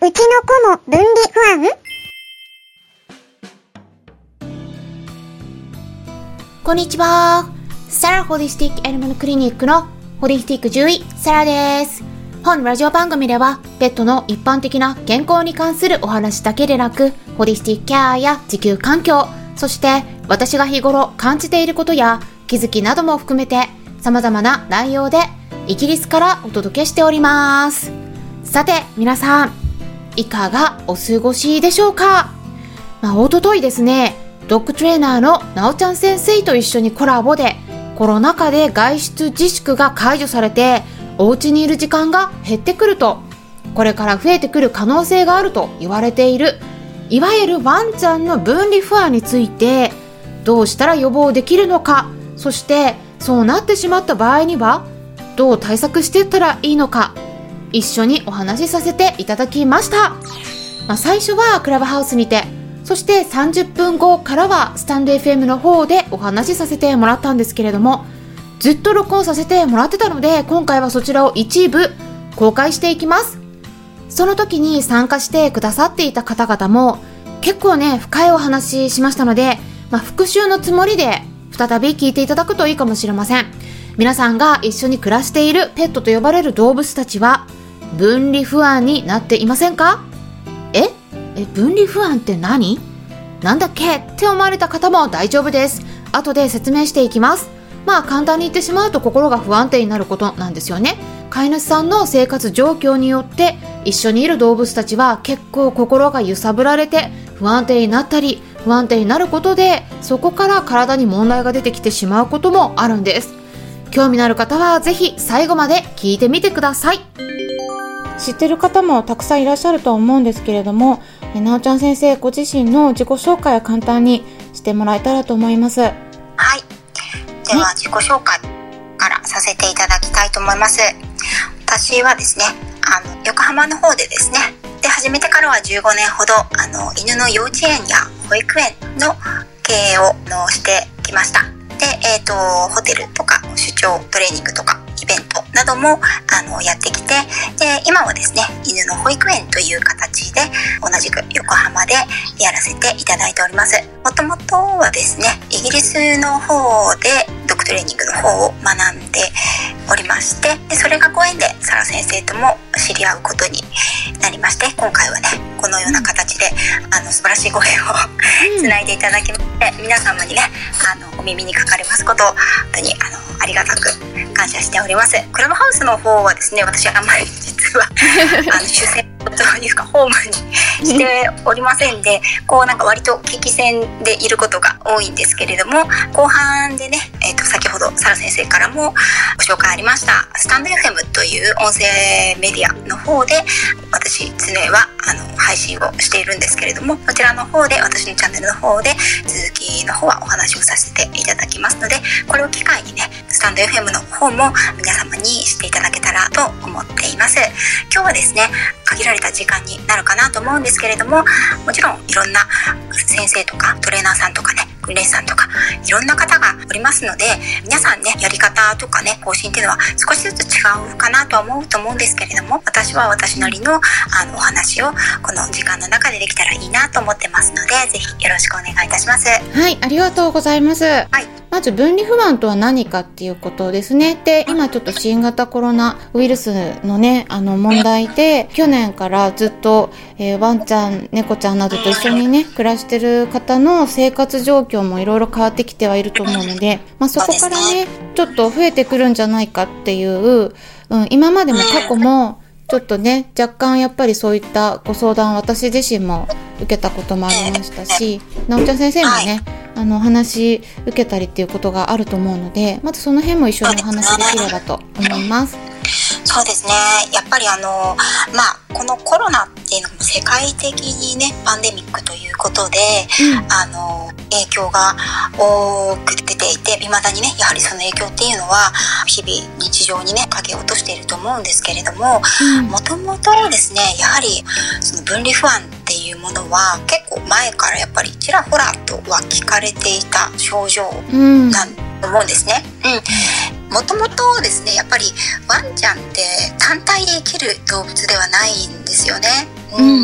うちの子も分離不安？ こんにちは。サラホリスティックアニマルクリニックのホリスティック獣医サラです。本ラジオ番組ではペットの一般的な健康に関するお話だけでなく、ホリスティックケアや地球環境、そして私が日頃感じていることや気づきなども含めて様々な内容でイギリスからお届けしております。さて皆さん、いかがお過ごしでしょうか？おとといですね、ドッグトレーナーのなおちゃん先生と一緒にコラボでコロナ禍で外出自粛が解除されてお家にいる時間が減ってくると、これから増えてくる可能性があると言われているいわゆるワンちゃんの分離不安について、どうしたら予防できるのか、そしてそうなってしまった場合にはどう対策していったらいいのか、一緒にお話しさせていただきました。最初はクラブハウスにて、そして30分後からはスタンド FM の方でお話しさせてもらったんですけれども、ずっと録音させてもらってたので、今回はそちらを一部公開していきます。その時に参加してくださっていた方々も結構ね、深いお話ししましたので、復習のつもりで再び聞いていただくといいかもしれません。皆さんが一緒に暮らしているペットと呼ばれる動物たちは分離不安になっていませんか？分離不安って何？なんだっけって思われた方も大丈夫です。後で説明していきます。簡単に言ってしまうと心が不安定になることなんですよね。飼い主さんの生活状況によって一緒にいる動物たちは結構心が揺さぶられて不安定になったり、不安定になることでそこから体に問題が出てきてしまうこともあるんです。興味のある方はぜひ最後まで聞いてみてください。知ってる方もたくさんいらっしゃるとは思うんですけれども、なおちゃん先生ご自身の自己紹介を簡単にしてもらえたらと思います。 はい、では自己紹介からさせていただきたいと思います。私はですね、横浜の方でですね、始めてからは15年ほど犬の幼稚園や保育園の経営をしてきました。で、ホテルとか出張トレーニングとかイベントなどもやってきて、で今はですね、犬の保育園という形で同じく横浜でやらせていただいております。もともとはですね、イギリスの方でドッグトレーニングの方を学んでおりまして、でそれがご縁でサラ先生とも知り合うことになりまして、今回はね、このような形で素晴らしいご縁をつないでいただきまして、皆様にねお耳にかかれますことを本当にありがたく感謝しております。クラブハウスの方はですね、私あんまり実は主戦というかホームにしておりませんで、なんか割と危機戦でいることが多いんですけれども、後半でね、先ほどサラ先生からもご紹介ありましたスタンド FM という音声メディアの方で私常は配信をしているんですけれども、こちらの方で私のチャンネルの方で続きの方はお話をさせていただきますので、これを機会にね、スタンド FM の方も皆様にしていただけたらと思っています。今日はですね、限られた時間になるかなと思うんですけれども、もちろんいろんな先生とかトレーナーさんとかね、訓練士さんとかいろんな方がおりますので、皆さんね、やり方とかね、方針っていうのは少しずつ違うかなとは思うんですけれども、私は私なりのお話をこの時間の中でできたらいいなと思ってますので、ぜひよろしくお願いいたします。 はい、ありがとうございます。はい、まず分離不安とは何かっていうことですね。で、今ちょっと新型コロナウイルスのね、問題で去年からずっと、ワンちゃん、猫ちゃんなどと一緒にね暮らしてる方の生活状況もいろいろ変わってきてはいると思うので、そこからねちょっと増えてくるんじゃないかっていう、今までも過去もちょっとね、若干やっぱりそういったご相談を私自身も受けたこともありましたし、なおちゃん先生もね、お話受けたりっていうことがあると思うので、まずその辺も一緒にお話できればと思います。 そうですね、やっぱりこのコロナっていうのも世界的にね、パンデミックということで、影響が多く出ていて、未だにね、やはりその影響っていうのは日々日常にね影を落としていると思うんですけれども、もともとですね、やはりその分離不安っていうものは結構前からやっぱりちらほらとは聞かれていた症状なんと思うんですね。もともとですね、やっぱりワンちゃんって単体で生きる動物ではないんですよね。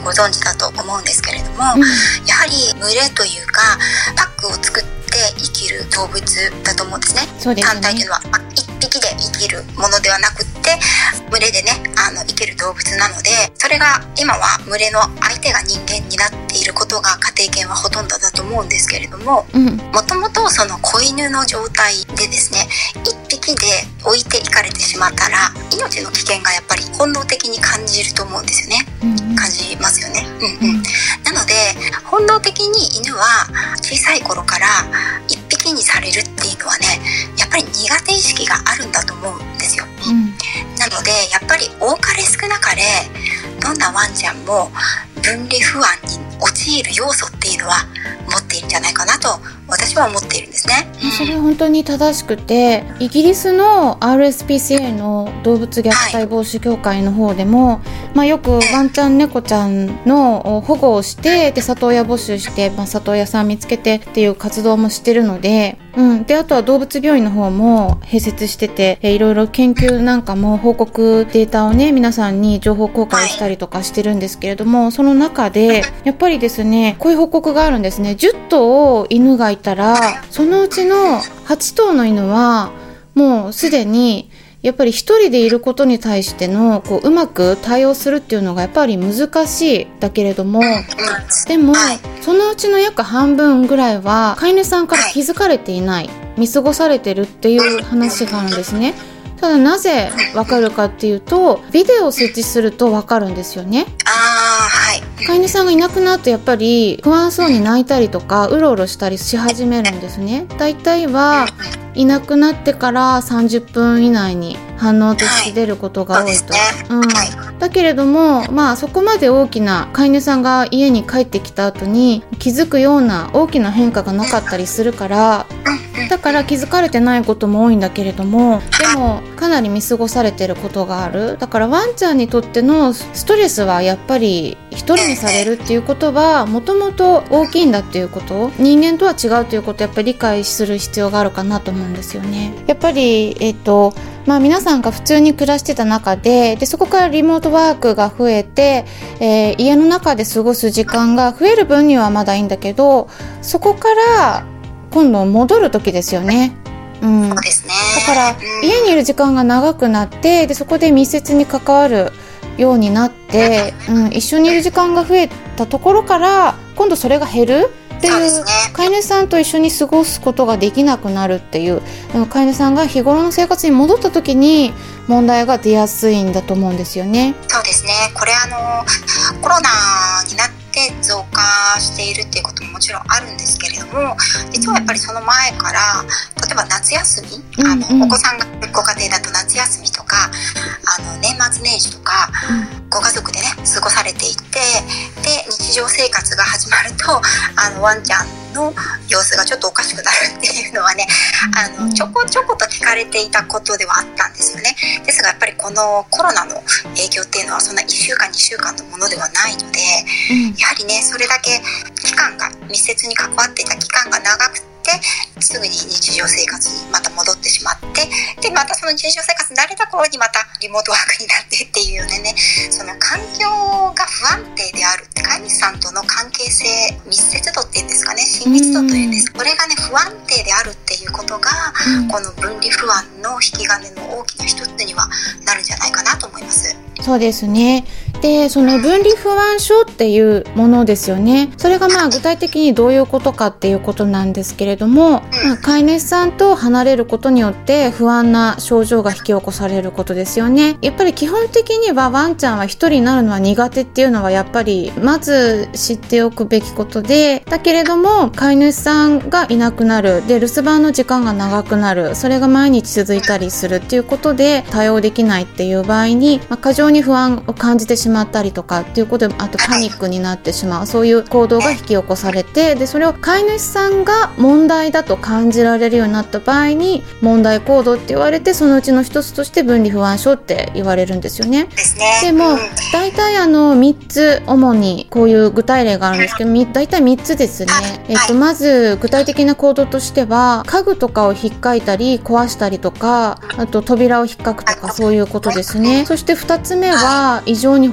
ご存知だと思うんですけれども、やはり群れというかパックを作って生きる動物だと思うんですね。 そうですね。 単体というのは、一匹で生きるものではなくって群れでね生きる動物なので、それが今は群れの相手が人間になっていることが家庭犬はほとんどだと思うんですけれども、もともとその子犬の状態でですね、一匹で置いていかれてしまったら命の危険がやっぱり本能的に感じると思うんですよね。感じますよね。なので本能的に犬は小さい頃から一匹にされるっていうのはね、やっぱり苦手意識があるんだと思うんですよ。なのでやっぱり多かれ少なかれどんなワンちゃんも分離不安に陥る要素っていうのは持っているんじゃないかなと私は思っているんですね。 それは本当に正しくて、イギリスの RSPCA の動物虐待防止協会の方でも、よくワンちゃん猫ちゃんの保護をしてで里親募集して、里親さん見つけてっていう活動もしてるので、であとは動物病院の方も併設してて、いろいろ研究なんかも報告データをね皆さんに情報公開したりとかしてるんですけれども、その中でやっぱりですねこういう報告があるんですね。10頭犬がいたらそのうちの8頭の犬はもうすでにやっぱり一人でいることに対してのうまく対応するっていうのがやっぱり難しいだけれども、でもそのうちの約半分ぐらいは飼い主さんから気づかれていない、見過ごされてるっていう話があるんですね。ただなぜわかるかっていうと、ビデオを設置するとわかるんですよね。飼い主さんがいなくなるとやっぱり不安そうに泣いたりとかうろうろしたりし始めるんですね。だいたいはいなくなってから30分以内に反応として出ることが多いと、だけれどもそこまで大きな飼い主さんが家に帰ってきた後に気づくような大きな変化がなかったりするから、だから気づかれてないことも多いんだけれども、でもかなり見過ごされてることがある。だからワンちゃんにとってのストレスはやっぱり一人にされるっていうことはもともと大きいんだっていうこと、人間とは違うということをやっぱり理解する必要があるかなと思うんですよね。やっぱり皆さんが普通に暮らしてた中で、そこからリモートワークが増えて、家の中で過ごす時間が増える分にはまだいいんだけど、そこから今度戻る時ですよね。 そうですね。 だから家にいる時間が長くなってでそこで密接に関わるようになって、一緒にいる時間が増えたところから今度それが減るっていう、飼い主さんと一緒に過ごすことができなくなるっていう、飼い主さんが日頃の生活に戻った時に問題が出やすいんだと思うんですよね。 そうですね。これコロナになって増加しているっていうことももちろんあるんですけれども、実はやっぱりその前から例えば夏休み、お子さんがご家庭だと夏休みとか年末年始とか、ご家族でね過ごされていて、で日常生活が始まるとワンちゃんの様子がちょっとおかしくなるっていうのはね、ちょこちょこと聞かれていたことではあったんですよね。ですがやっぱりこのコロナの影響っていうのはそんな1週間2週間のものではないので、やはりねそれだけ期間が密接に関わっていた期間が長くてすぐに日常生活にまた戻ってしまって、でまたその日常生活に慣れた頃にまたリモートワークになってっていうね、その環境が不安定であるって、飼い主さんとの関係性密接度っていうんですかね、親密度というんです、これがね不安定であるっていうことが、この分離不安の引き金の大きな一つにはなるんじゃないかなと思います。 そうですね。でその分離不安症っていうものですよね。それが具体的にどういうことかっていうことなんですけれども、飼い主さんと離れることによって不安な症状が引き起こされることですよね。やっぱり基本的にはワンちゃんは一人になるのは苦手っていうのはやっぱりまず知っておくべきことで、だけれども飼い主さんがいなくなる、で留守番の時間が長くなる、それが毎日続いたりするっていうことで対応できないっていう場合に、過剰に不安を感じてしまったりとかっていうことで、あとパニックになってしまう、そういう行動が引き起こされて、でそれを飼い主さんが問題だと感じられるようになった場合に問題行動って言われて、そのうちの一つとして分離不安症って言われるんですよね。でも大体3つ主にこういう具体例があるんですけど、大体3つですね。まず具体的な行動としては、家具とかを引っかいたり壊したりとか、あと扉を引っかくとか、そういうことですね。そして2つ目は異常に吠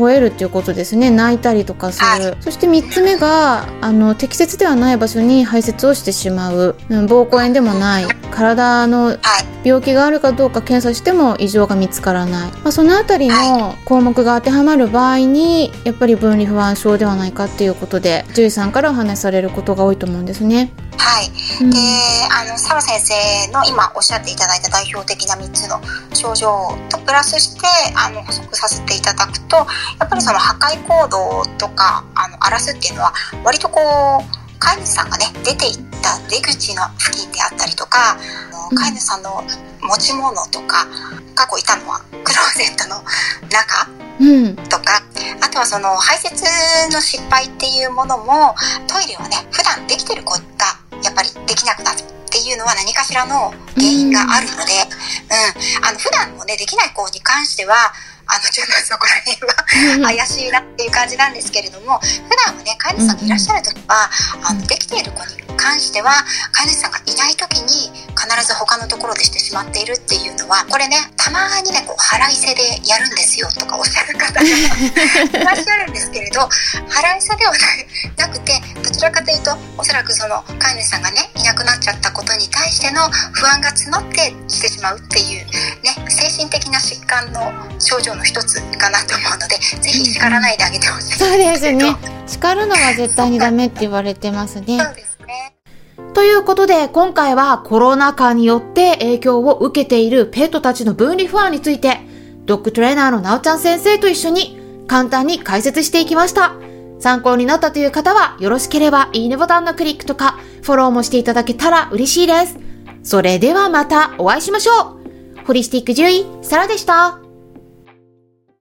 吠えるっていうことですね。泣いたりとかする。そして3つ目が適切ではない場所に排泄をしてしまう。膀胱炎でもない。体の病気があるかどうか検査しても異常が見つからない。そのあたりの項目が当てはまる場合にやっぱり分離不安症ではないかっていうことで獣医さんからお話しされることが多いと思うんですね。 はい。で、サラ先生の今おっしゃっていただいた代表的な3つの症状とプラスして補足させていただくと、やっぱりその破壊行動とか荒らすっていうのは割と飼い主さんがね出ていった出口の付近であったりとか、飼い主さんの持ち物とか、過去いたのはクローゼットの中とか、あとはその排泄の失敗っていうものも、トイレはね普段できてる子がやっぱりできなくなるっていうのは何かしらの原因があるので、普段もねできない子に関してはちょっとそこら辺は怪しいなっていう感じなんですけれども、普段はね飼い主さんがいらっしゃる時はできている子に関しては飼い主さんがいない時に必ず他のところでしてしまっているっていうのは、これねたまにね腹いせでやるんですよとかおっしゃる方がいらっしゃるんですけれど、腹いせではなくて、どちらかというとおそらくその飼い主さんがねいなくなっちゃったことに対しての不安が募ってしてしまうっていうね、精神的な疾患の症状の一つかなと思うので、ぜひ叱らないであげてほしいですけど。 そうですね。叱るのは絶対にダメって言われてますね。 そうですね。 ということで、今回はコロナ禍によって影響を受けているペットたちの分離不安について、ドッグトレーナーのなおちゃん先生と一緒に簡単に解説していきました。参考になったという方は、よろしければいいねボタンのクリックとか、フォローもしていただけたら嬉しいです。それではまたお会いしましょう。ホリスティック獣医、サラでした。